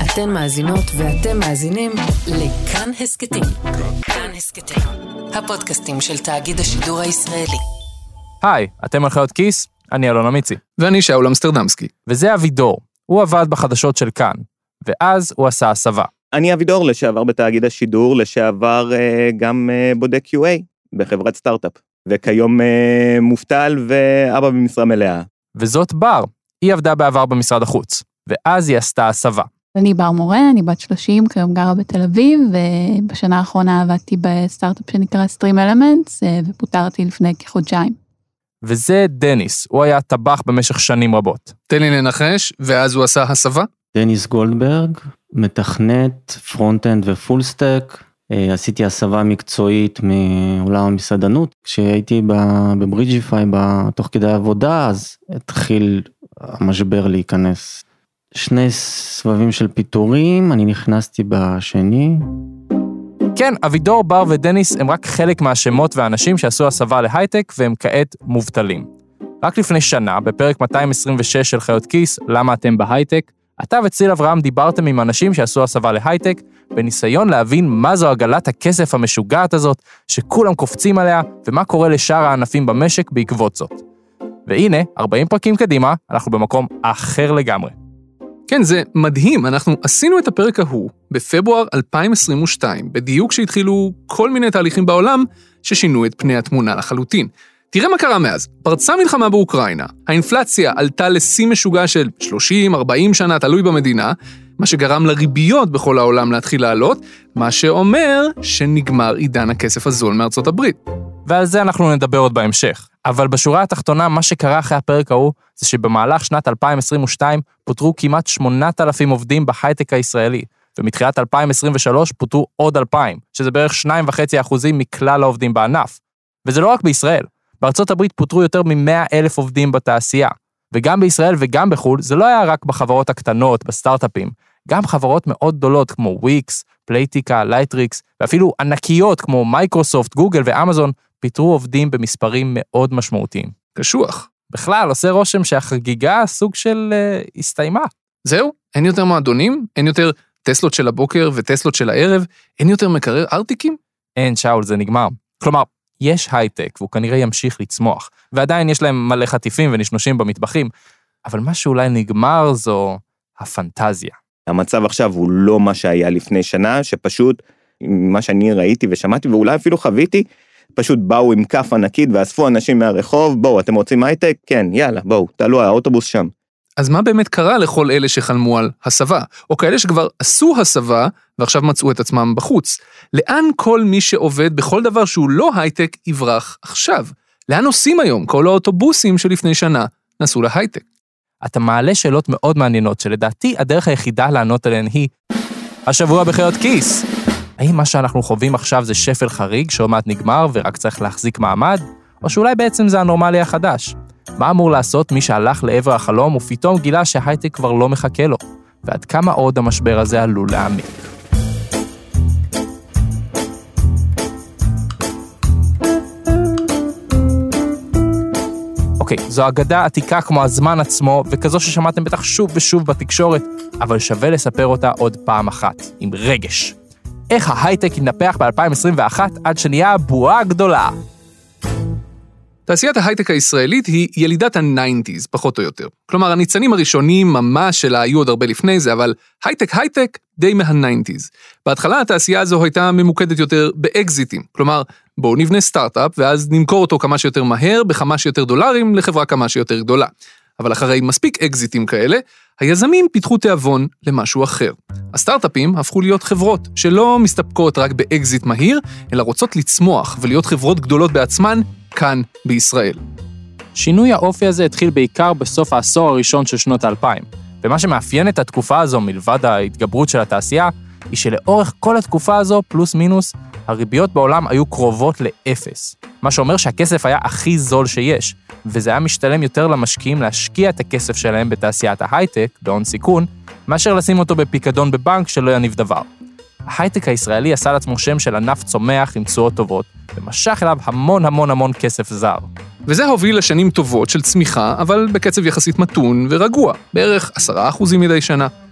אתן מאזינות ואתם מאזינים לכאן הסקטים. כאן הסקטים, הפודקאסטים של תאגיד השידור הישראלי. היי, אתם על חיות כיס? אני אלון אמיצי. ואני שאול אמסטרדמסקי. וזה אבידור. הוא עבד בחדשות של כאן, ואז הוא עשה הסבה. אני אבידור, לשעבר בתאגיד השידור, לשעבר גם בודק QA בחברת סטארט-אפ, וכיום מובטל ואבא במשרה מלאה. וזאת בר, היא עבדה בעבר במשרד החוץ, ואז היא עשתה הסבה. אני בר מורה, אני בת 30, כיום גרה בתל אביב, ובשנה האחרונה עבדתי בסטארט-אפ שנקרא Stream Elements, ופוטרתי לפני כחודשיים. וזה דניס, הוא היה טבח במשך שנים רבות. תן לי לנחש, ואז הוא עשה הסבה? דניס גולדברג, מתכנת, פרונט-אנד ופול סטק, עשיתי הסבה מקצועית מעולם המסעדנות, כשהייתי בברידג'יפיי תוך כדי עבודה, אז התחיל המשבר להיכנס. 2 סבבים של פיטורים, אני נכנסתי בשני. כן, אבידור, בר ודניס הם רק חלק מהשמות והאנשים שעשו הסבה להייטק, והם כעת מובטלים. רק לפני שנה, בפרק 226 של חיות כיס, למה אתם בהייטק, אתה וציל אברהם דיברתם עם אנשים שעשו הסבה להייטק, בניסיון להבין מה זו עגלת הכסף המשוגעת הזאת, שכולם קופצים עליה, ומה קורה לשאר הענפים במשק בעקבות זאת. והנה, 40 פרקים קדימה, אנחנו במקום אחר לגמרי. כן, זה מדהים, אנחנו עשינו את הפרק ההוא בפברואר 2022, בדיוק שהתחילו כל מיני תהליכים בעולם ששינו את פני התמונה לחלוטין. תראה מה קרה מאז, פרצה מלחמה באוקראינה, האינפלציה עלתה לשיא משוגע של 30-40 שנה, תלוי במדינה, מה שגרם לריביות בכל העולם להתחיל לעלות, מה שאומר שנגמר עידן הכסף הזול מארצות הברית. ועל זה אנחנו נדבר עוד בהמשך. אבל בשורה התחתונה, מה שקרה אחרי הפרק ההוא, זה שבמהלך שנת 2022 פוטרו כמעט 8,000 עובדים בהייטק הישראלי, ומתחילת 2023 פוטרו עוד 2,000, שזה בערך 2.5% מכלל העובדים בענף. וזה לא רק בישראל. בארצות הברית פוטרו יותר מ100,000 עובדים בתעשייה. וגם בישראל וגם בחו"ל, זה לא היה רק בחברות הקטנות, בסטארט-אפים. גם חברות מאוד גדולות כמו וויקס, פלייטיקה, לייטריקס, ואפילו ענקיות כמו מייקרוסופט, גוגל ואמזון, פיטרו עובדים במספרים מאוד משמעותיים. קשוח. בכלל, עושה רושם שהחגיגה סוג של הסתיימה. זהו, אין יותר מועדונים, אין יותר טסלות של הבוקר וטסלות של הערב, אין יותר מקרר ארטיקים? אין, שאול, זה נגמר. כלומר, יש הייטק, והוא כנראה ימשיך לצמוח, ועדיין יש להם מלא חטיפים ונשנושים במטבחים, אבל מה שאולי נגמר זו הפנטזיה. המצב עכשיו הוא לא מה שהיה לפני שנה, שפשוט מה שאני ראיתי ושמעתי, ואולי אפילו חוויתי, פשוט באו עם כף ענקית ואספו אנשים מהרחוב, בואו, אתם רוצים הייטק? כן, יאללה, בואו, תעלו, האוטובוס שם. אז מה באמת קרה לכל אלה שחלמו על הסבה, או כאלה שכבר עשו הסבה, ועכשיו מצאו את עצמם בחוץ? לאן כל מי שעובד בכל דבר שהוא לא הייטק יברח עכשיו? לאן עושים היום כל האוטובוסים שלפני שנה נסעו להייטק? אתה מעלה שאלות מאוד מעניינות, שלדעתי הדרך היחידה לענות עליהן היא, השבוע בחיות כיס. האם מה שאנחנו חווים עכשיו זה שפל חריג שעוד מעט נגמר ורק צריך להחזיק מעמד? או שאולי בעצם זה הנורמלי החדש? מה אמור לעשות מי שהלך לעבר החלום ופתאום גילה שההייטק כבר לא מחכה לו? ועד כמה עוד המשבר הזה עלול להעמיק? אוקיי, זו אגדה עתיקה כמו הזמן עצמו, וכזו ששמעתם בטח שוב ושוב בתקשורת, אבל שווה לספר אותה עוד פעם אחת, עם רגש. איך ההייטק ינפח ב-2021 עד שנהיה הבועה הגדולה? תעשיית ההייטק הישראלית היא ילידת ה-90s, פחות או יותר. כלומר, הניצנים הראשונים ממש שלה היו עוד הרבה לפני זה, אבל הייטק די מה-90s. בהתחלה התעשייה הזו הייתה ממוקדת יותר באקזיטים. כלומר, בואו נבנה סטארט-אפ, ואז נמכור אותו כמה שיותר מהר, בכמה שיותר דולרים, לחברה כמה שיותר גדולה. אבל אחרי מספיק אקזיטים כאלה, היזמים פיתחו תיאבון למשהו אחר. הסטארט-אפים הפכו להיות חברות שלא מסתפקות רק באקזיט מהיר, אלא רוצות לצמוח ולהיות חברות גדולות בעצמן כאן בישראל. שינוי האופי הזה התחיל בעיקר בסוף העשור הראשון של שנות ה-2000, ומה שמאפיין את התקופה הזו מלבד ההתגברות של התעשייה, היא שלאורך כל התקופה הזו, פלוס מינוס, הריביות בעולם היו קרובות לאפס. מה שאומר שהכסף היה הכי זול שיש, וזה היה משתלם יותר למשקיעים להשקיע את הכסף שלהם בתעשיית ההייטק, בהון סיכון, מאשר לשים אותו בפיקדון בבנק שלא יניב דבר. ההייטק הישראלי עשה לעצמו שם של ענף צומח עם תשואות טובות, ומשך אליו המון כסף זר. וזה הוביל לשנים טובות של צמיחה, אבל בקצב יחסית מתון ורגוע, בערך 10% מדי שנה.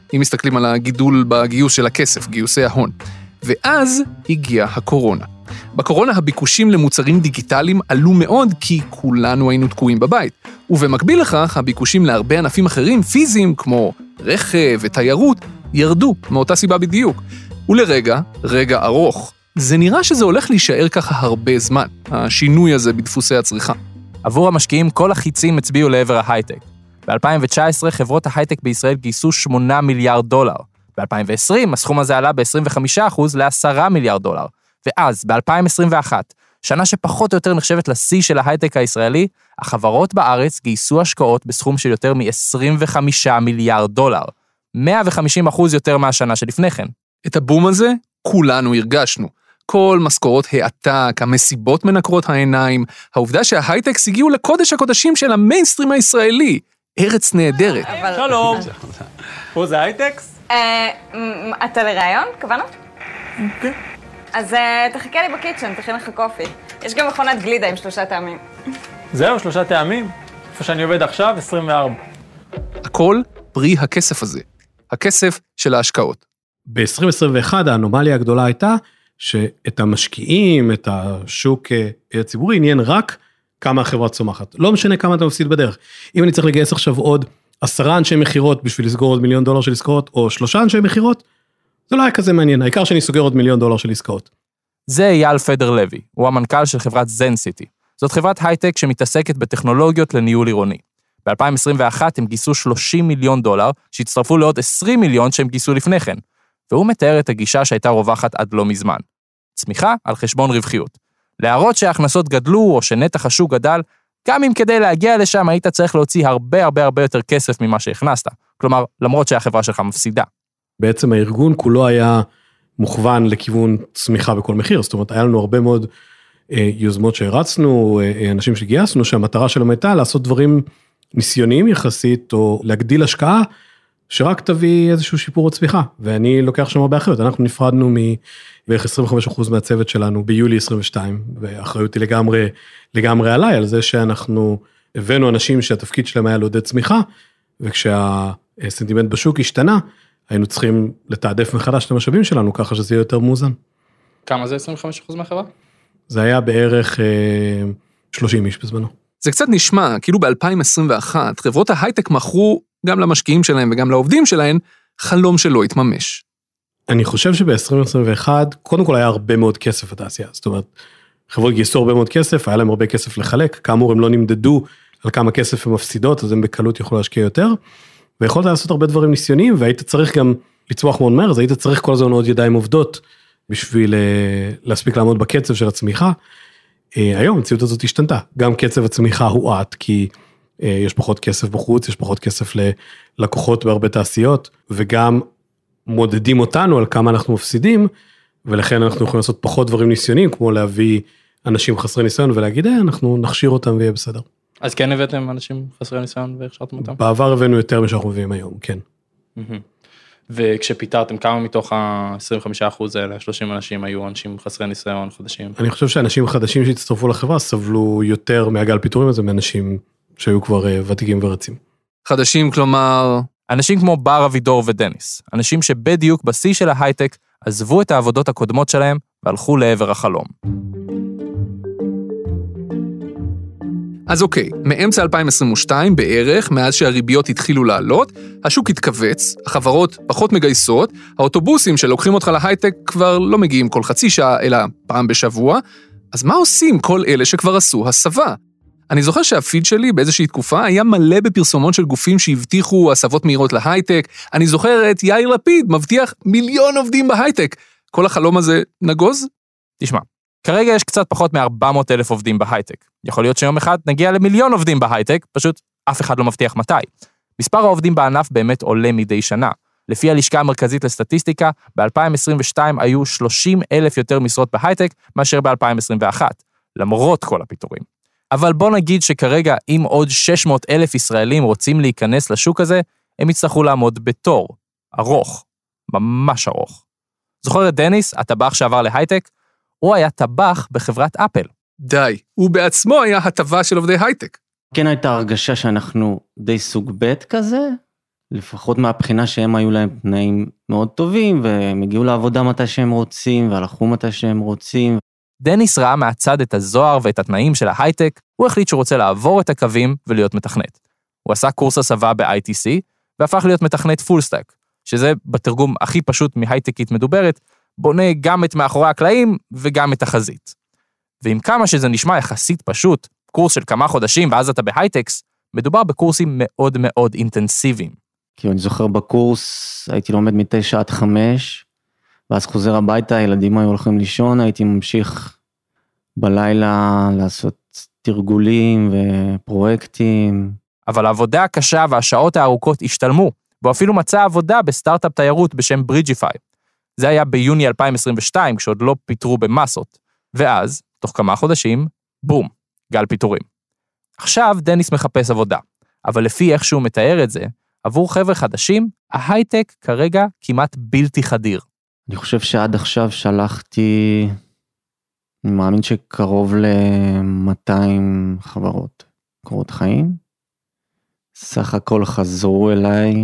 אם מסתכלים על הגידול בגיוס של הכסף, גיוסי ההון. ואז הגיעה הקורונה. בקורונה הביקושים למוצרים דיגיטליים עלו מאוד כי כולנו היינו תקועים בבית. ובמקביל לכך, הביקושים להרבה ענפים אחרים פיזיים כמו רכב ותיירות ירדו מאותה סיבה בדיוק. ולרגע, רגע ארוך, זה נראה שזה הולך להישאר ככה הרבה זמן, השינוי הזה בדפוסי הצריכה. עבור המשקיעים כל החיצים הצביעו לעבר ההייטק. ב-2019 חברות ההייטק בישראל גייסו $8 מיליארד. ב-2020 הסכום הזה עלה ב-25% ל$10 מיליארד. ואז, ב-2021, שנה שפחות או יותר נחשבת לשיא של ההייטק הישראלי, החברות בארץ גייסו השקעות בסכום של יותר $25 מיליארד. 150% יותר מהשנה שלפני כן. את הבום הזה כולנו הרגשנו. כל משכורות העתק, המסיבות מנקרות העיניים, העובדה שההייטקס הגיעו לקודש הקודשים של המיינסטרים הישראלי, ארץ נהדרת. שלום. פה זה הייטקס? אתה לרעיון? כוונות? כן. אז תחכה לי בקיצ'ן, תכין לך קופי. יש גם מכונת גלידה עם 3 טעמים. זהו, 3 טעמים? איפה שאני עובד עכשיו, 24. הכל פרי הכסף הזה. הכסף של ההשקעות. ב-2021 האנומליה הגדולה הייתה שאת המשקיעים, את השוק הציבורי, עניין רק כמה החברה צומחת. לא משנה כמה אתה מפסיד בדרך. אם אני צריך לגייס עכשיו עוד 10 אנשי מחירות בשביל לסגור עוד $1 מיליון של עסקאות, או 3 אנשי מחירות, זה לא היה כזה מעניין. העיקר שאני סוגר עוד $1 מיליון של עסקאות. זה אייל פדר לוי, הוא המנכ"ל של חברת זנסיטי. זאת חברת הייטק שמתעסקת בטכנולוגיות לניהול עירוני. ב-2021 הם גייסו $30 מיליון, שהצטרפו לעוד $20 מיליון שהם גייסו לפני כן. והוא מתאר את הגישה שהייתה רווחת עד לא מזמן. צמיחה על חשבון רווחיות. להראות שההכנסות גדלו או שנתח השוק גדל, גם אם כדי להגיע לשם היית צריך להוציא הרבה יותר כסף ממה שהכנסת. כלומר, למרות שהחברה שלך מפסידה. בעצם הארגון כולו היה מוכוון לכיוון צמיחה בכל מחיר. זאת אומרת, היה לנו הרבה מאוד יוזמות שהרצנו, אנשים שגייסנו, שהמטרה שלהם הייתה לעשות דברים ניסיוניים יחסית, או להגדיל השקעה, שרק תביא איזשהו שיפור או צמיחה, ואני לוקח שם הרבה אחריות. אנחנו נפרדנו בערך 25% מהצוות שלנו ביולי 22, ואחריות היא לגמרי עליי, על זה שאנחנו הבאנו אנשים שהתפקיד שלהם היה לעודד צמיחה, וכשהסנטימנט בשוק השתנה, היינו צריכים לתעדף מחדש את המשאבים שלנו, ככה שזה יהיה יותר מאוזן. כמה זה 25% מהחברה? זה היה בערך 30 איש בזמנו. זה קצת נשמע, כאילו ב-2021, חברות ההייטק מכרו גם למשקיעים שלהם וגם לעובדים שלהם, חלום שלא התממש. אני חושב שב-2021, קודם כל היה הרבה מאוד כסף בתעשייה, זאת אומרת, חברות גייסו הרבה מאוד כסף, היה להם הרבה כסף לחלק, כאמור הם לא נמדדו על כמה כסף הם מפסידות, אז הם בקלות יכולו להשקיע יותר, ויכולת לעשות הרבה דברים ניסיוניים, והיית צריך גם לצמוח מאוד מהר, אז היית צריך כל הזמן עוד ידיים עובדות, בשביל להספיק לעמוד בקצב של הצמיחה. היום המציאות הזאת השתנתה, גם קצב הצמיחה הועט, כי יש פחות כסף בחוץ, יש פחות כסף ללקוחות בהרבה תעשיות, וגם מודדים אותנו על כמה אנחנו מפסידים, ולכן אנחנו יכולים לעשות פחות דברים ניסיוניים, כמו להביא אנשים חסרי ניסיון, ולהגיד, אנחנו נכשיר אותם ויהיה בסדר. אז כן הבאתם אנשים חסרי ניסיון והכשרתם אותם? בעבר הבאנו יותר משאנחנו מביאים היום, כן. וכשפיטרתם, כמה מתוך ה-25% האלה, 30 אנשים היו אנשים חסרי ניסיון חדשים? אני חושב שאנשים חדשים שהצטרפו לחברה, סבלו יותר מהגל פיטורים הזה, מאנשים שהיו כבר ותיקים ורצים. חדשים, כלומר... אנשים כמו בר אבידור ודניס, אנשים שבדיוק בשיא של ההייטק, עזבו את העבודות הקודמות שלהם, והלכו לעבר החלום. אז אוקיי, מאמצע 2022 בערך, מאז שהריביות התחילו לעלות, השוק התכווץ, החברות פחות מגייסות, האוטובוסים שלוקחים אותך להייטק כבר לא מגיעים כל חצי שעה, אלא פעם בשבוע, אז מה עושים כל אלה שכבר עשו הסבה? אני זוכר שהפיד שלי באיזושהי תקופה היה מלא בפרסומות של גופים שהבטיחו הסבות מהירות להייטק, אני זוכר את יאיר לפיד מבטיח 1,000,000 עובדים בהייטק, כל החלום הזה נגוז? תשמע. כרגע יש קצת פחות מ-400,000 עובדים בהייטק. יכול להיות שיום אחד נגיע ל1,000,000 עובדים בהייטק, פשוט אף אחד לא מבטיח מתי. מספר העובדים בענף באמת עולה מדי שנה. לפי הלשכה המרכזית לסטטיסטיקה, ב-2022 היו 30,000 יותר משרות בהייטק מאשר ב-2021, למרות כל הפיטורים. אבל בוא נגיד שכרגע אם עוד 600,000 ישראלים רוצים להיכנס לשוק הזה, הם יצטרכו לעמוד בתור. ארוך. ממש ארוך. זוכר את דניס, הטבח שעבר להייטק? הוא היה טבח בחברת אפל. די, הוא בעצמו היה הטבה של עובדי הייטק. כן הייתה הרגשה שאנחנו די סוג ב' כזה, לפחות מהבחינה שהם היו להם תנאים מאוד טובים, והם הגיעו לעבודה מתי שהם רוצים, והלכו מתי שהם רוצים. דניס ראה מהצד את הזוהר ואת התנאים של ההייטק, הוא החליט שהוא רוצה לעבור את הקווים ולהיות מתכנת. הוא עשה קורס הסבה ב-ITC, והפך להיות מתכנת פול סטק, שזה בתרגום הכי פשוט מהייטקית מדוברת, בונה גם את מאחורי הקלעים וגם את החזית. ועם כמה שזה נשמע יחסית פשוט, קורס של כמה חודשים ואז אתה בהייטקס, מדובר בקורסים מאוד מאוד אינטנסיביים. כי אני זוכר בקורס, הייתי לומד 9 עד 5, ואז חוזר הביתה, הילדים היו הולכים לישון, הייתי ממשיך בלילה לעשות תרגולים ופרויקטים. אבל העבודה הקשה והשעות הארוכות השתלמו, והוא אפילו מצא עבודה בסטארט-אפ תיירות בשם ברידג'יפיי. זה היה ביוני 2022, כשעוד לא פיטרו במסות. ואז, תוך כמה חודשים, בום, גל פיטורים. עכשיו דניס מחפש עבודה, אבל לפי איך שהוא מתאר את זה, עבור חבר'ה חדשים, ההייטק כרגע כמעט בלתי חדיר. אני חושב שעד עכשיו שלחתי, אני מאמין שקרוב ל-200 חברות, קורות חיים. סך הכל חזרו אליי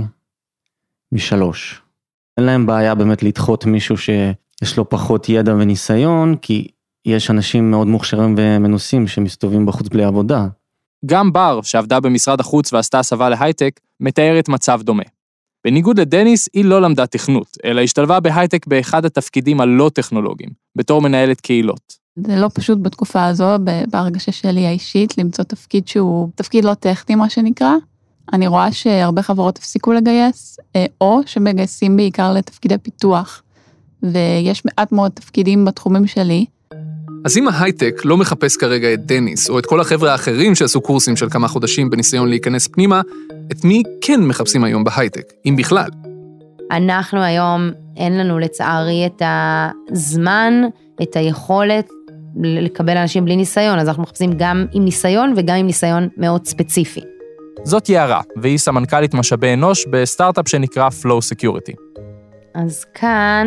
3. אין להם בעיה באמת לדחות מישהו שיש לו פחות ידע וניסיון, כי יש אנשים מאוד מוכשרים ומנוסים שמסתובבים בחוץ בלי עבודה. גם בר, שעבדה במשרד החוץ ועשתה הסבה להייטק, מתארת מצב דומה. בניגוד לדניס, היא לא למדה תכנות, אלא השתלבה בהייטק באחד התפקידים הלא טכנולוגיים, בתור מנהלת קהילות. זה לא פשוט בתקופה הזו, בהרגשה שלי האישית, למצוא תפקיד שהוא תפקיד לא טכני, מה שנקרא. אני רואה שהרבה חברות הפסיקו לגייס, או שמגייסים בעיקר לתפקידי פיתוח, ויש מעט מאוד תפקידים בתחומים שלי. אז אם ההייטק לא מחפש כרגע את דניס, או את כל החבר'ה האחרים שעשו קורסים של כמה חודשים בניסיון להיכנס פנימה, את מי כן מחפשים היום בהייטק, אם בכלל? אנחנו היום, אין לנו לצערי את הזמן, את היכולת לקבל אנשים בלי ניסיון, אז אנחנו מחפשים גם עם ניסיון וגם עם ניסיון מאוד ספציפי. זאת יערה, והיא סמנכ"לית משאבי אנוש בסטארט-אפ שנקרא Flow Security. אז כאן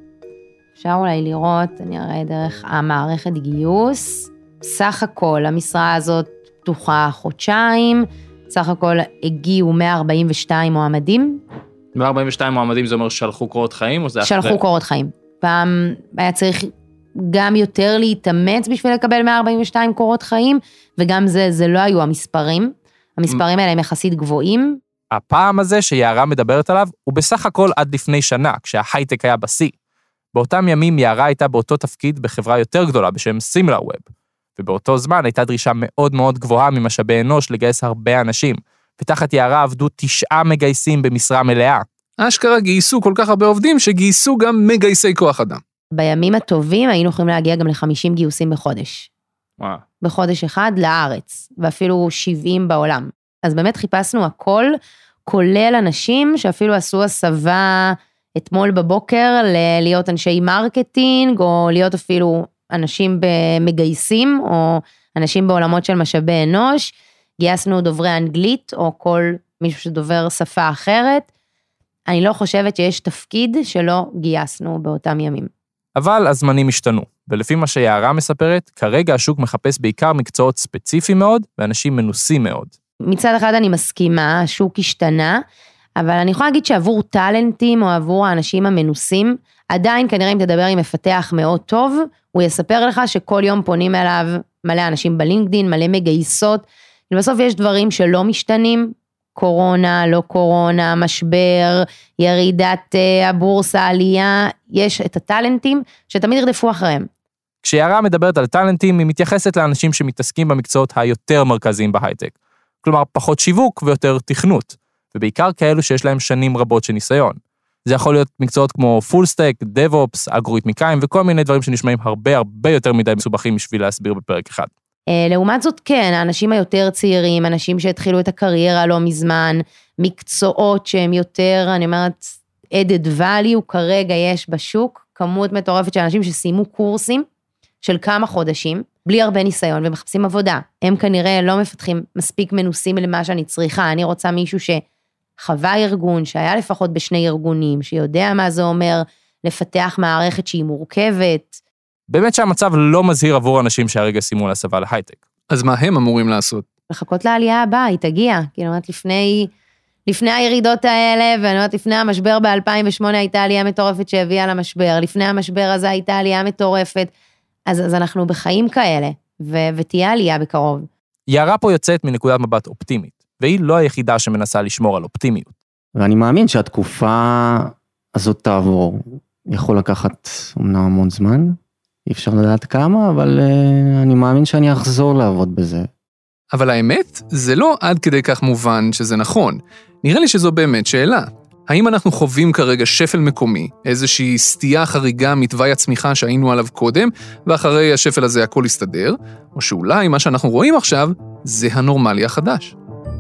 אפשר אולי לראות, אני אראה דרך המערכת גיוס, סך הכל המשרה הזאת פתוחה חודשיים, סך הכל הגיעו 142 מועמדים. 142 מועמדים זה אומר שלחו קורות חיים? או זה שלחו קורות חיים. פעם היה צריך גם יותר להתאמץ בשביל לקבל 142 קורות חיים, וגם זה לא היו המספרים. המספרים האלה הם יחסית גבוהים. הפעם הזה שיערה מדברת עליו, הוא בסך הכל עד לפני שנה, כשההייטק היה בשיא. באותם ימים יערה הייתה באותו תפקיד בחברה יותר גדולה בשם SimilarWeb, ובאותו זמן הייתה דרישה מאוד מאוד גבוהה ממשאבי אנוש לגייס הרבה אנשים, ותחת יערה עבדו 9 מגייסים במשרה מלאה. אשכרה גייסו כל כך הרבה עובדים שגייסו גם מגייסי כוח אדם. בימים הטובים היינו יכולים להגיע גם ל-50 גיוסים בחודש. בחודש אחד לארץ, ואפילו 70 בעולם. אז באמת חיפשנו הכל, כולל אנשים שאפילו עשו הסבה אתמול בבוקר להיות אנשי מרקטינג, או להיות אפילו אנשים במגייסים, או אנשים בעולמות של משאבי אנוש, גייסנו דוברי אנגלית, או כל מישהו שדובר שפה אחרת. אני לא חושבת שיש תפקיד שלא גייסנו באותם ימים. אבל הזמנים השתנו, ולפי מה שיערה מספרת, כרגע השוק מחפש בעיקר מקצועות ספציפיים מאוד, ואנשים מנוסים מאוד. מצד אחד אני מסכימה, השוק השתנה, אבל אני יכולה להגיד שעבור טלנטים, או עבור האנשים המנוסים, עדיין כנראה אם תדבר עם מפתח מאוד טוב, הוא יספר לך שכל יום פונים אליו מלא אנשים בלינקדין, מלא מגייסות, ובסוף יש דברים שלא משתנים, קורונה, לא קורונה, משבר, ירידת הבורסה, עלייה, יש את הטלנטים שתמיד ירדפו אחריהם. כשיערה מדברת על טלנטים, היא מתייחסת לאנשים שמתעסקים במקצועות היותר מרכזיים בהייטק. כלומר, פחות שיווק ויותר תכנות, ובעיקר כאלו שיש להם שנים רבות של ניסיון. זה יכול להיות מקצועות כמו פול סטק, דב-אופס, אלגוריתמיקאים, וכל מיני דברים שנשמעים הרבה יותר מדי מסובכים בשביל להסביר בפרק אחד. לעומת זאת כן, האנשים היותר צעירים, אנשים שהתחילו את הקריירה לא מזמן, מקצועות שהם יותר, אני אומרת, added value, כרגע יש בשוק, כמות מטורפת של אנשים שסיימו קורסים של כמה חודשים, בלי הרבה ניסיון ומחפשים עבודה. הם כנראה לא מפתחים מספיק מנוסים למה שאני צריכה, אני רוצה מישהו שחווה ארגון, שהיה לפחות בשני ארגונים, שיודע מה זה אומר לפתח מערכת שהיא מורכבת. באמת שהמצב לא מזהיר עבור אנשים שהרגע סיימו להסבה להייטק. אז מה הם אמורים לעשות? לחכות לעלייה הבאה, היא תגיע. כאילו, לפני לפני הירידות האלה, ואני אומרת, לפני המשבר ב-2008 הייתה עלייה מטורפת שהביאה למשבר, לפני המשבר הזה הייתה עלייה מטורפת, אז אנחנו בחיים כאלה, ותהיה עלייה בקרוב. יערה פה יוצאת מנקודת מבט אופטימית, והיא לא היחידה שמנסה לשמור על אופטימיות. ואני מאמין שהתקופה הזאת תעבור, יכול לקחת אומנם המון זמן, אי אפשר לדעת כמה, אבל אני מאמין שאני אחזור לעבוד בזה. אבל האמת, זה לא עד כדי כך מובן שזה נכון. נראה לי שזו באמת שאלה. האם אנחנו חווים כרגע שפל מקומי, איזושהי סטייה חריגה מתוואי הצמיחה שהיינו עליו קודם, ואחרי השפל הזה הכל יסתדר, או שאולי מה שאנחנו רואים עכשיו, זה הנורמלי החדש.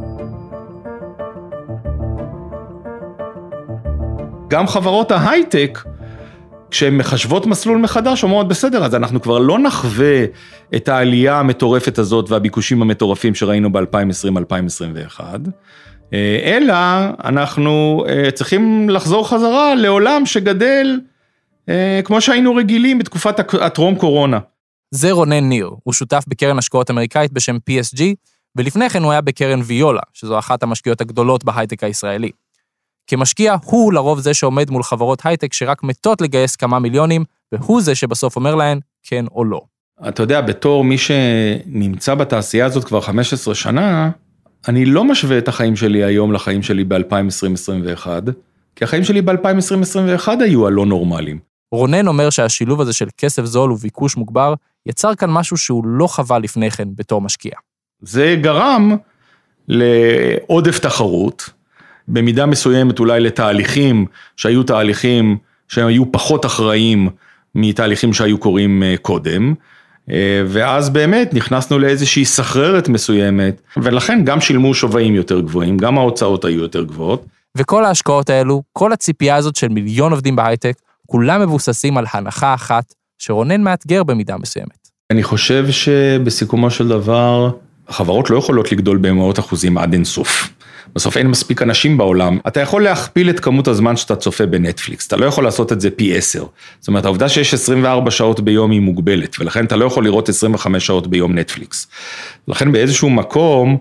גם חברות ההייטק, כשהן מחשבות מסלול מחדש, אומרות בסדר, אז אנחנו כבר לא נחווה את העלייה המטורפת הזאת והביקושים המטורפים שראינו ב-2020-2021, אלא אנחנו צריכים לחזור חזרה לעולם שגדל כמו שהיינו רגילים בתקופת הטרום קורונה. זה רונן ניר, הוא שותף בקרן השקעות אמריקאית בשם PSG, ולפני כן הוא היה בקרן ויולה, שזו אחת המשקיעות הגדולות בהייטק הישראלי. כמשקיע, הוא לרוב זה שעומד מול חברות הייטק שרק מתות לגייס כמה מיליונים, והוא זה שבסוף אומר להן כן או לא. אתה יודע, בתור מי שנמצא בתעשייה הזאת כבר 15 שנה, אני לא משווה את החיים שלי היום לחיים שלי ב-2020-2021, כי החיים שלי ב-2020-2021 היו הלא נורמליים. רונן אומר שהשילוב הזה של כסף זול וביקוש מוגבר, יצר כאן משהו שהוא לא חווה לפני כן בתור משקיע. זה גרם לעודף תחרות, במידה מסוימת אולי לתהליכים שהיו תהליכים שהיו פחות אחראיים מתהליכים שהיו קורים קודם, ואז באמת נכנסנו לאיזושהי סחררת מסוימת, ולכן גם שילמו שווים יותר גבוהים, גם ההוצאות היו יותר גבוהות. וכל ההשקעות האלו, כל הציפייה הזאת של מיליון עובדים בהייטק, כולם מבוססים על הנחה אחת, שרונן מאתגר במידה מסוימת. אני חושב שבסיכומו של דבר, החברות לא יכולות לגדול במאות אחוזים עד אינסוף. בסוף אין מספיק אנשים בעולם. אתה יכול להכפיל את כמות הזמן שאתה צופה בנטפליקס, אתה לא יכול לעשות את זה פי 10. זאת אומרת, העובדה שיש 24 שעות ביום היא מוגבלת, ולכן אתה לא יכול לראות 25 שעות ביום נטפליקס. לכן באיזשהו מקום,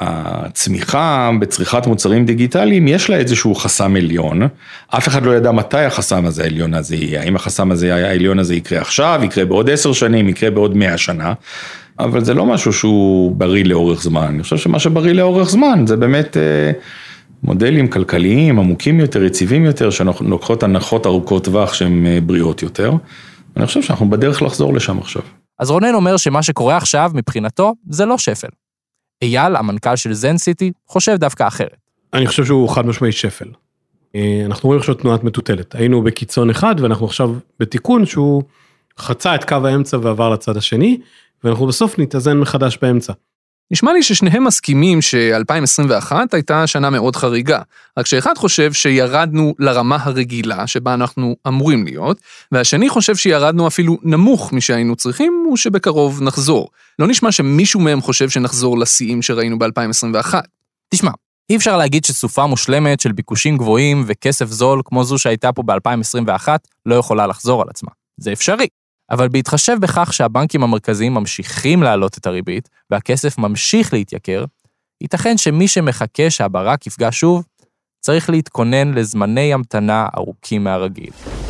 הצמיחה בצריכת מוצרים דיגיטליים, יש לה איזשהו חסם עליון. אף אחד לא ידע מתי החסם הזה העליון הזה יהיה. האם החסם הזה העליון הזה יקרה עכשיו, יקרה בעוד 10 שנים, יקרה בעוד 100 שנה. אבל זה לא משהו שהוא בריא לאורך זמן. אני חושב שמה שבריא לאורך זמן, זה באמת מודלים כלכליים, עמוקים יותר, יציבים יותר, שנוקחות הנחות ארוכות טווח שהן בריאות יותר. אני חושב שאנחנו בדרך לחזור לשם עכשיו. אז רונן אומר שמה שקורה עכשיו, מבחינתו, זה לא שפל. אייל, המנכ"ל של זן סיטי, חושב דווקא אחרת. אני חושב שהוא חד משמעי שפל. אנחנו רואים עכשיו תנועת מטוטלת. היינו בקיצון אחד, ואנחנו עכשיו בתיקון שהוא חצה את קו האמצע ועבר לצד השני, ואנחנו בסוף נתאזן מחדש באמצע. נשמע לי ששניהם מסכימים ש-2021 הייתה שנה מאוד חריגה, רק שאחד חושב שירדנו לרמה הרגילה שבה אנחנו אמורים להיות, והשני חושב שירדנו אפילו נמוך משהיינו צריכים, ושבקרוב נחזור. לא נשמע שמישהו מהם חושב שנחזור לשיאים שראינו ב-2021. תשמע, אי אפשר להגיד שסופה מושלמת של ביקושים גבוהים וכסף זול כמו זו שהייתה פה ב-2021 לא יכולה לחזור על עצמה. זה אפשרי. אבל בהתחשב בכך שהבנקים המרכזיים ממשיכים להעלות את הריבית, והכסף ממשיך להתייקר, ייתכן שמי שמחכה שהברק יפגע שוב, צריך להתכונן לזמני המתנה ארוכים מהרגיל.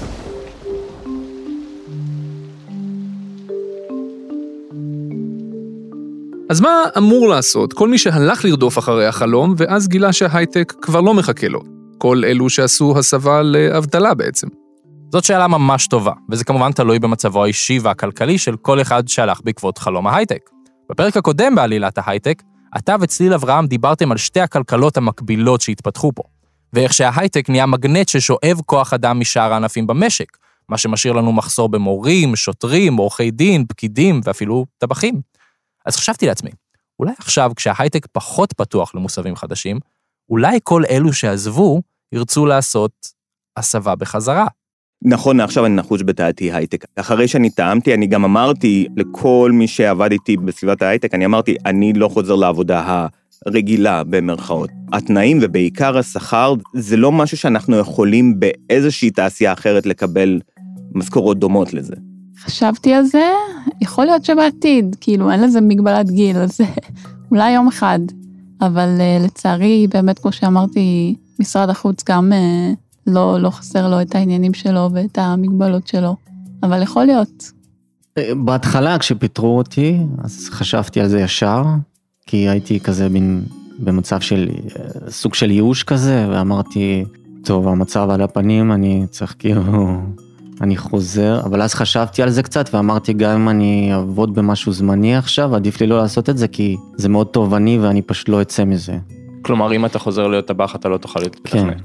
אז מה אמור לעשות כל מי שהלך לרדוף אחרי החלום, ואז גילה שההייטק כבר לא מחכה לו? כל אלו שעשו הסבה לאבטלה בעצם. זאת שאלה ממש טובה, וזה כמובן תלוי במצבו האישי והכלכלי של כל אחד שהלך בעקבות חלום ההייטק. בפרק הקודם בעלילת ההייטק, אתה וצליל אברהם דיברתם על שתי הכלכלות המקבילות שהתפתחו פה, ואיך שההייטק נהיה מגנט ששואב כוח אדם משאר הענפים במשק, מה שמשאיר לנו מחסור במורים, שוטרים, עורכי דין, פקידים ואפילו טבחים. אז חשבתי לעצמי, אולי עכשיו כשההייטק פחות פתוח למוסבים חדשים, אולי כל אלו שעזבו ירצו לעשות הסבה בחזרה. נכון, עכשיו אני נחוש בתעתי הייטק. אחרי שאני טעמתי, אני גם אמרתי לכל מי שעבד איתי בסביבת ההייטק, אני אמרתי, אני לא חוזר לעבודה הרגילה במרכאות. התנאים ובעיקר השכר, זה לא משהו שאנחנו יכולים באיזושהי תעשייה אחרת לקבל משכורות דומות לזה. חשבתי על זה, יכול להיות שבעתיד, כאילו אין לזה מגבלת גיל, אז אולי יום אחד. אבל לצערי, באמת כמו שאמרתי, משרד החוץ גם לא חסר לו את העניינים שלו ואת המגבלות שלו, אבל יכול להיות. בהתחלה כשפיטרו אותי, אז חשבתי על זה ישר, כי הייתי כזה במצב של סוג של ייאוש כזה, ואמרתי, טוב, המצב על הפנים, אני צריך כאילו, אני חוזר, אבל אז חשבתי על זה קצת, ואמרתי גם אם אני אעבוד במשהו זמני עכשיו, עדיף לי לא לעשות את זה, כי זה מאוד תובעני ואני פשוט לא אצא מזה. כלומר, אם אתה חוזר להיות טבח, אתה לא תוכל לתכנת.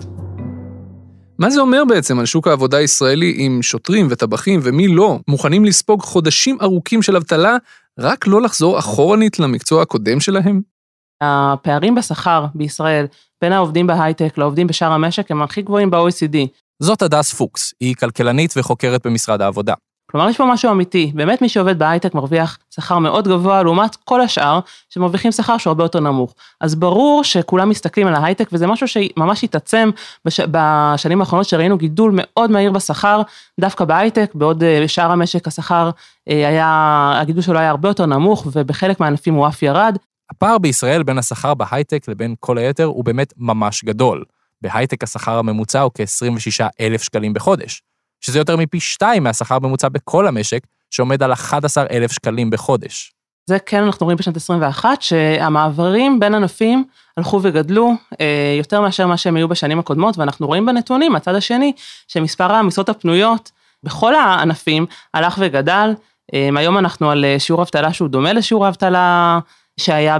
מה זה אומר בעצם על שוק העבודה הישראלי עם שוטרים וטבחים ומי לא מוכנים לספוג חודשים ארוכים של אבטלה, רק לא לחזור אחורנית למקצוע הקודם שלהם? הפערים בשכר בישראל בין העובדים בהייטק לעובדים בשאר המשק הם הכי גבוהים ב-OECD. זאת הדס פוקס, היא כלכלנית וחוקרת במשרד העבודה. כלומר, יש פה משהו אמיתי, באמת מי שעובד בהייטק מרוויח שכר מאוד גבוה, לעומת כל השאר שמרוויחים שכר שהוא הרבה יותר נמוך. אז ברור שכולם מסתכלים על ההייטק, וזה משהו שממש התעצם בשנים האחרונות שראינו גידול מאוד מהיר בשכר, דווקא בהייטק, בעוד בשאר המשק השכר הגידול שלו היה הרבה יותר נמוך, ובחלק מהענפים הוא אף ירד. הפער בישראל בין השכר בהייטק לבין כל היתר הוא באמת ממש גדול. בהייטק השכר הממוצע הוא כ-26,000 שקלים בחודש. שזה יותר מפי 2 מהשכר הממוצע בכל המשק, שעומד על 11,000 שקלים בחודש. זה כן אנחנו רואים בשנת 21, שהמעברים בין ענפים הלכו וגדלו יותר מאשר מה שהם היו בשנים הקודמות, ואנחנו רואים בנתונים, מהצד השני, שמספר המשרות הפנויות בכל הענפים הלך וגדל. היום אנחנו על שיעור אבטלה שהוא דומה לשיעור האבטלה שהיה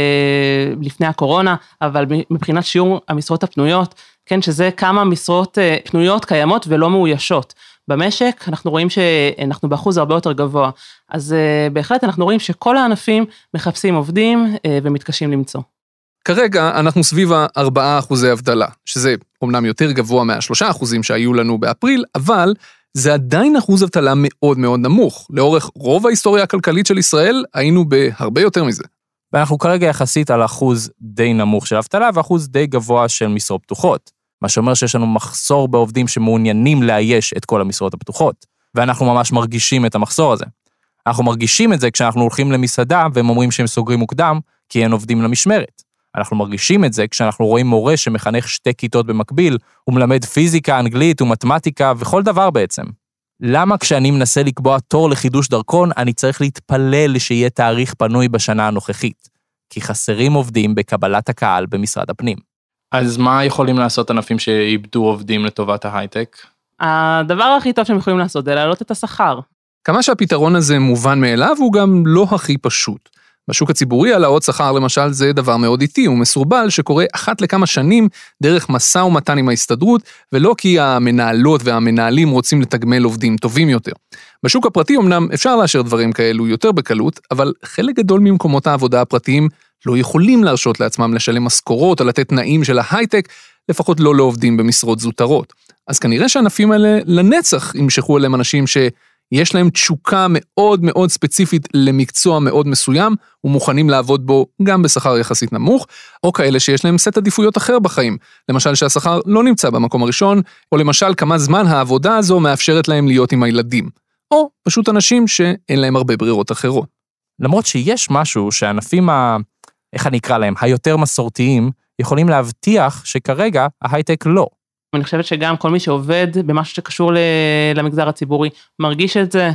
לפני הקורונה, אבל מבחינת שיעור המשרות הפנויות, כן, שזה כמה משרות פנויות קיימות ולא מאוישות. במשק אנחנו רואים שאנחנו באחוז הרבה יותר גבוה, אז בהחלט אנחנו רואים שכל הענפים מחפשים עובדים ומתקשים למצוא. כרגע אנחנו סביב 4% אבטלה, שזה אומנם יותר גבוה מה3% שהיו לנו באפריל, אבל זה עדיין אחוז אבטלה מאוד מאוד נמוך. לאורך רוב ההיסטוריה הכלכלית של ישראל היינו בהרבה יותר מזה. ואנחנו כרגע יחסית על אחוז די נמוך של אבטלה, ואחוז די גבוה של משרות פתוחות. מה שאומר שיש לנו מחסור בעובדים שמעוניינים לאייש את כל המשרות הפתוחות. ואנחנו ממש מרגישים את המחסור הזה. אנחנו מרגישים את זה כשאנחנו הולכים למסעדה, והם אומרים שהם סוגרים מוקדם, כי אין עובדים למשמרת. אנחנו מרגישים את זה כשאנחנו רואים מורה שמחנך 2 כיתות במקביל, הוא מלמד פיזיקה, אנגלית ומתמטיקה וכל דבר בעצם. למה כשאני מנסה לקבוע תור לחידוש דרכון, אני צריך להתפלל שיהיה תאריך פנוי בשנה הנוכחית? כי חסרים עובדים בקבלת הקהל במשרד הפנים. אז מה יכולים לעשות ענפים שאיבדו עובדים לטובת ההייטק? הדבר הכי טוב שהם יכולים לעשות זה להעלות את השכר. כמה שהפתרון הזה מובן מאליו, הוא גם לא הכי פשוט. בשוק הציבורי העלאות שכר למשל זה דבר מאוד איטי ומסורבל שקורה אחת לכמה שנים דרך משא ומתן עם ההסתדרות, ולא כי המנהלות והמנהלים רוצים לתגמל עובדים טובים יותר. בשוק הפרטי אמנם אפשר לאשר דברים כאלו יותר בקלות, אבל חלק גדול ממקומות העבודה הפרטיים לא יכולים להרשות לעצמם לשלם משכורות או לתת תנאים של ההייטק, לפחות לא לעובדים במשרות זוטרות. אז כנראה שהענפים האלה לנצח ימשכו אליהם אנשים שיש להם תשוקה מאוד מאוד ספציפית למקצוע מאוד מסוים, ומוכנים לעבוד בו גם בשכר יחסית נמוך, או כאלה שיש להם סט עדיפויות אחר בחיים, למשל שהשכר לא נמצא במקום הראשון, או למשל כמה זמן העבודה הזו מאפשרת להם להיות עם הילדים, או פשוט אנשים שאין להם הרבה ברירות אחרות. למרות שיש משהו שהענפים איך אני אקרא להם, היותר מסורתיים, יכולים להבטיח שכרגע ההייטק לא. אני חושבת שגם כל מי שעובד במשהו שקשור למגזר הציבורי, מרגיש את זה,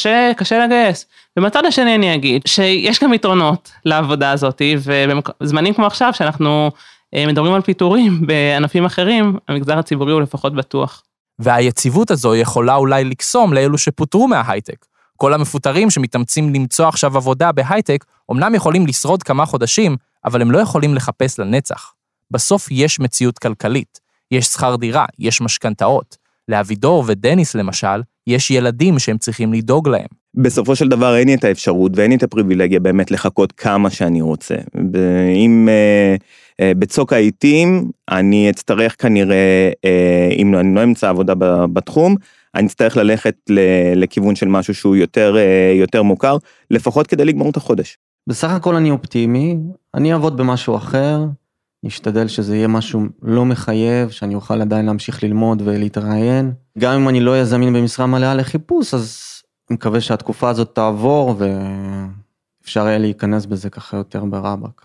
קשה לגייס. ומצד השני אני אגיד, שיש גם יתרונות לעבודה הזאת, ובזמנים כמו עכשיו, שאנחנו מדברים על פיטורים בענפים אחרים, המגזר הציבורי הוא לפחות בטוח. והיציבות הזו יכולה אולי לקסום לאלו שפוטרו מההייטק. כל המפוטרים שמתאמצים למצוא עכשיו עבודה בהייטק, אמנם יכולים לשרוד כמה חודשים, אבל הם לא יכולים לחפש לנצח. בסוף יש מציאות כלכלית, יש שכר דירה, יש משכנתאות. לאבידור ודניס למשל, יש ילדים שהם צריכים לדאוג להם. בסופו של דבר אין לי את האפשרות ואין לי את הפריבילגיה באמת לחכות כמה שאני רוצה. אם בצוק העיתים אני אצטרך כנראה, אם אני לא אמצא עבודה בתחום, אני אצטרך ללכת לכיוון של משהו שהוא יותר מוכר, לפחות כדי לגמור את החודש. בסך הכל אני אופטימי, אני אעבוד במשהו אחר, נשתדל שזה יהיה משהו לא מחייב, שאני אוכל עדיין להמשיך ללמוד ולהתראיין. גם אם אני לא אהיה זמין במשרה מלאה לחיפוש, אז אני מקווה שהתקופה הזאת תעבור, ואפשר יהיה להיכנס בזה ככה יותר ברבק.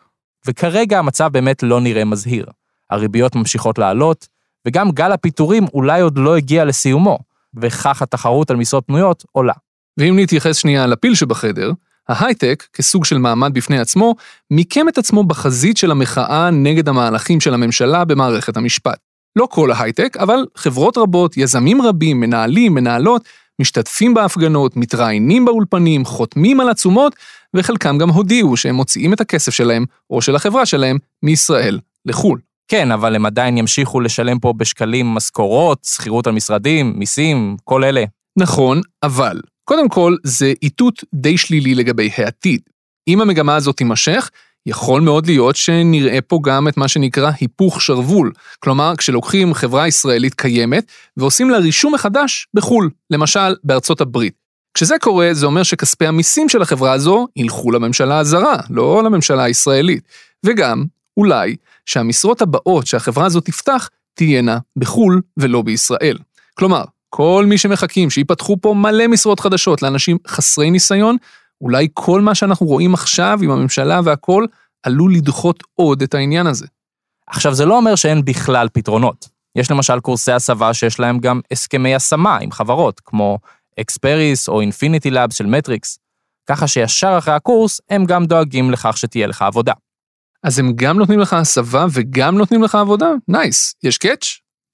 וכרגע המצב באמת לא נראה מזהיר. הריביות ממשיכות לעלות, וגם גל הפיטורים אולי עוד לא הגיע לסיומו, וכך התחרות על משרות פנויות עולה. ואם נתייחס שנייה לפיל שבחדר, ההייטק, כסוג של מעמד בפני עצמו, מיקם את עצמו בחזית של המחאה נגד המהלכים של הממשלה במערכת המשפט. לא כל ההייטק, אבל חברות רבות, יזמים רבים, מנהלים, מנהלות, משתתפים בהפגנות, מתראיינים באולפנים, חותמים על עצומות, וחלקם גם הודיעו שהם מוציאים את הכסף שלהם, או של החברה שלהם, מישראל לחול. כן, אבל הם עדיין ימשיכו לשלם פה בשקלים משכורות, שכירות על משרדים, מיסים, כל אלה. נכון, אבל קודם כל זה איתות די שלילי לגבי העתיד. אם המגמה הזאת תימשך, יכול מאוד להיות שנראה פה גם את מה שנקרא היפוך שרוול. כלומר, כשלוקחים חברה ישראלית קיימת ועושים לה רישום מחדש בחול, למשל בארצות הברית. כשזה קורה, זה אומר שכספי המיסים של החברה הזו ילכו לממשלה הזרה, לא לממשלה הישראלית. וגם, אולי, שהמשרות הבאות שהחברה הזו תפתח, תהיינה בחול ולא בישראל. כלומר, כל מי שמחכים שיפתחו פה מלא משרות חדשות לאנשים חסרי ניסיון, אולי כל מה שאנחנו רואים עכשיו עם הממשלה והכל, עלול לדחות עוד את העניין הזה. עכשיו, זה לא אומר שאין בכלל פתרונות. יש למשל קורסי הסבה שיש להם גם הסכמי השמה עם חברות, כמו אקספריס או אינפיניטי לאב של מטריקס, ככה שישר אחרי הקורס הם גם דואגים לכך שתהיה לך עבודה. אז הם גם נותנים לך הסבה וגם נותנים לך עבודה? נייס. יש קאץ'?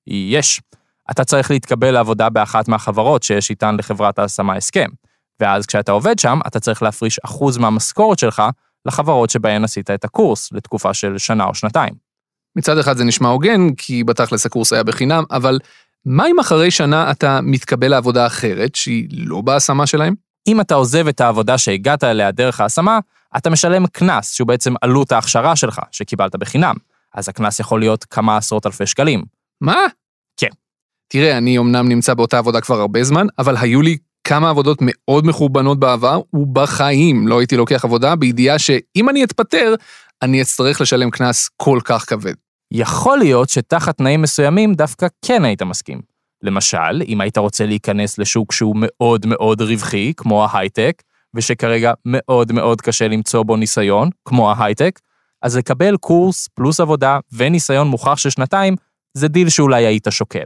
יש. אתה צריך להתקבל לעבודה באחת מהחברות שיש איתן לחברת ההשמה הסכם. ואז כשאתה עובד שם, אתה צריך להפריש 1% מהמשכורת שלך לחברות שבהן עשית את הקורס, לתקופה של שנה או שנתיים. מצד אחד זה נשמע הוגן, כי בתכלס הקורס היה בחינם, אבל מה אם אחרי שנה אתה מתקבל לעבודה אחרת, שהיא לא בהשמה שלהם? אם אתה עוזב את העבודה שהגעת אליה דרך ההשמה, אתה משלם קנס, שהוא בעצם עלות ההכשרה שלך, שקיבלת בחינם. אז הקנס יכול להיות כמה עשרות אלפי שקלים. מה? כן. תראה, אני אמנם נמצא באותה עבודה כבר הרבה זמן, אבל היו לי כמה עבודות מאוד מחורבנות בעבר, ובחיים לא הייתי לוקח עבודה בידיעה שאם אני אתפטר, אני אצטרך לשלם קנס כל כך כבד. יכול להיות שתחת תנאים מסוימים דווקא כן היית מסכים. למשל, אם היית רוצה להיכנס לשוק שהוא מאוד מאוד רווחי, כמו ההייטק, ושכרגע מאוד מאוד קשה למצוא בו ניסיון, כמו ההייטק, אז לקבל קורס פלוס עבודה וניסיון מוכח של שנתיים, זה דיל שאולי היית שוקל.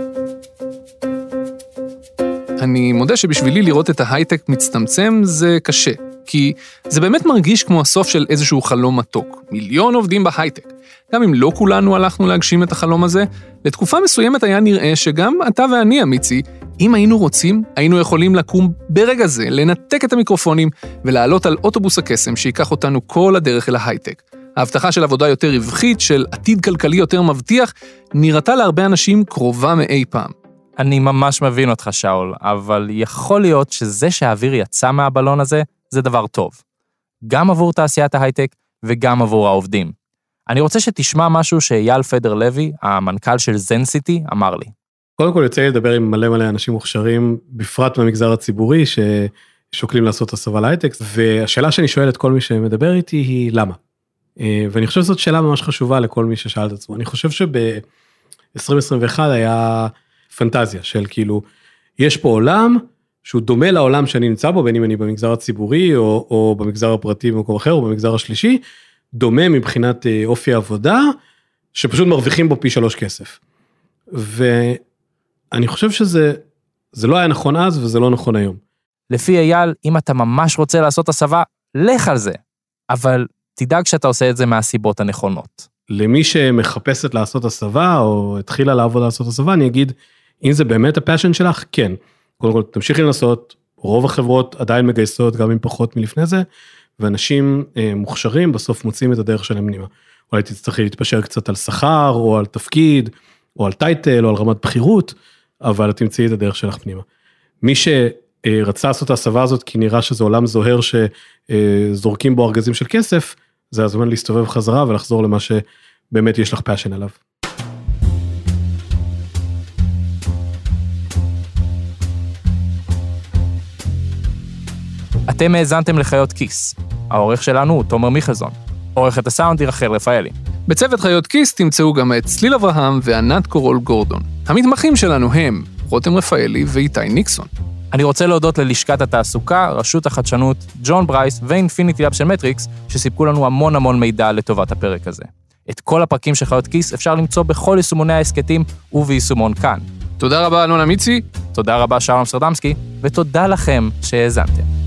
אני מודה שבשבילי לראות את ההייטק מצטמצם זה קשה, כי זה באמת מרגיש כמו הסוף של איזשהו חלום מתוק. 1,000,000 עובדים בהייטק. גם אם לא כולנו הלכנו להגשים את החלום הזה, לתקופה מסוימת היה נראה שגם אתה ואני, אמיצי, אם היינו רוצים, היינו יכולים לקום ברגע זה, לנתק את המיקרופונים ולעלות על אוטובוס הקסם שיקח אותנו כל הדרך אל ההייטק. ההבטחה של עבודה יותר רווחית, של עתיד כלכלי יותר מבטיח, נראתה להרבה אנשים קרובה מאי פעם. אני ממש מבין אותך, שאול, אבל יכול להיות שזה שהאוויר יצא מהבלון הזה, זה דבר טוב. גם עבור תעשיית ההייטק וגם עבור העובדים. אני רוצה שתשמע משהו שאייל פדר לוי, המנכ"ל של זנסיטי, אמר לי. קודם כל יוצא לי לדבר עם מלא מלא אנשים מוכשרים, בפרט מהמגזר הציבורי, ששוקלים לעשות הסבה להייטק, והשאלה שאני שואל את כל מי שמדבר איתי היא למה? ואני חושב שזאת שאלה ממש חשובה לכל מי ששאל את עצמו. אני חושב שב-2021 היה פנטזיה של כאילו, יש פה עולם שהוא דומה לעולם שאני נמצא בו, בין אם אני במגזר הציבורי, או במגזר הפרטי במקום אחר, או במגזר השלישי, דומה מבחינת אופי העבודה, שפשוט מרוויחים בו פי 3 כסף. ואני חושב שזה לא היה נכון אז, וזה לא נכון היום. לפי אייל, אם אתה ממש רוצה לעשות הסבה, לך על זה. אבל תדאג שאתה עושה את זה מהסיבות הנכונות. למי שמחפשת לעשות הסבה, או התחילה לעבוד לעשות הסבה, אני אגיד, אם זה באמת הפאשן שלך, כן. קודם כל, תמשיכי לנסות, רוב החברות עדיין מגייסות, גם אם פחות מלפני זה, ואנשים מוכשרים בסוף מוצאים את הדרך שלהם פנימה. אולי תצטרכי להתפשר קצת על שכר, או על תפקיד, או על טייטל, או על רמת בחירות, אבל תמצאי את הדרך שלך פנימה. מי שרצה לעשות את ההסבה הזאת, כי נראה שזה עולם זוהר שזורקים בו ארגזים של כסף, זה הזמן להסתובב חזרה ולחזור למה שבאמת יש לך פאשן עליו. אתם האזנתם לחיות כיס. העורך שלנו הוא תומר מיכלזון. עורכת הסאונד היא רחל רפאלי. בצוות חיות כיס תמצאו גם את צליל אברהם וענת קורול גורדון. המתמחים שלנו הם רותם רפאלי ואיתי ניקסון. אני רוצה להודות ללשכת התעסוקה, רשות החדשנות, ג'ון ברייס ואינפיניטי לאב של מטריקס, שסיפקו לנו המון מידע לטובת הפרק הזה. את כל הפרקים של חיות כיס אפשר למצוא בכל יישומוני העסקתים וביישומון כאן. תודה רבה אלון אמיצי. תודה רבה שלום אמסטרדמסקי, ותודה לכם שהאזנתם.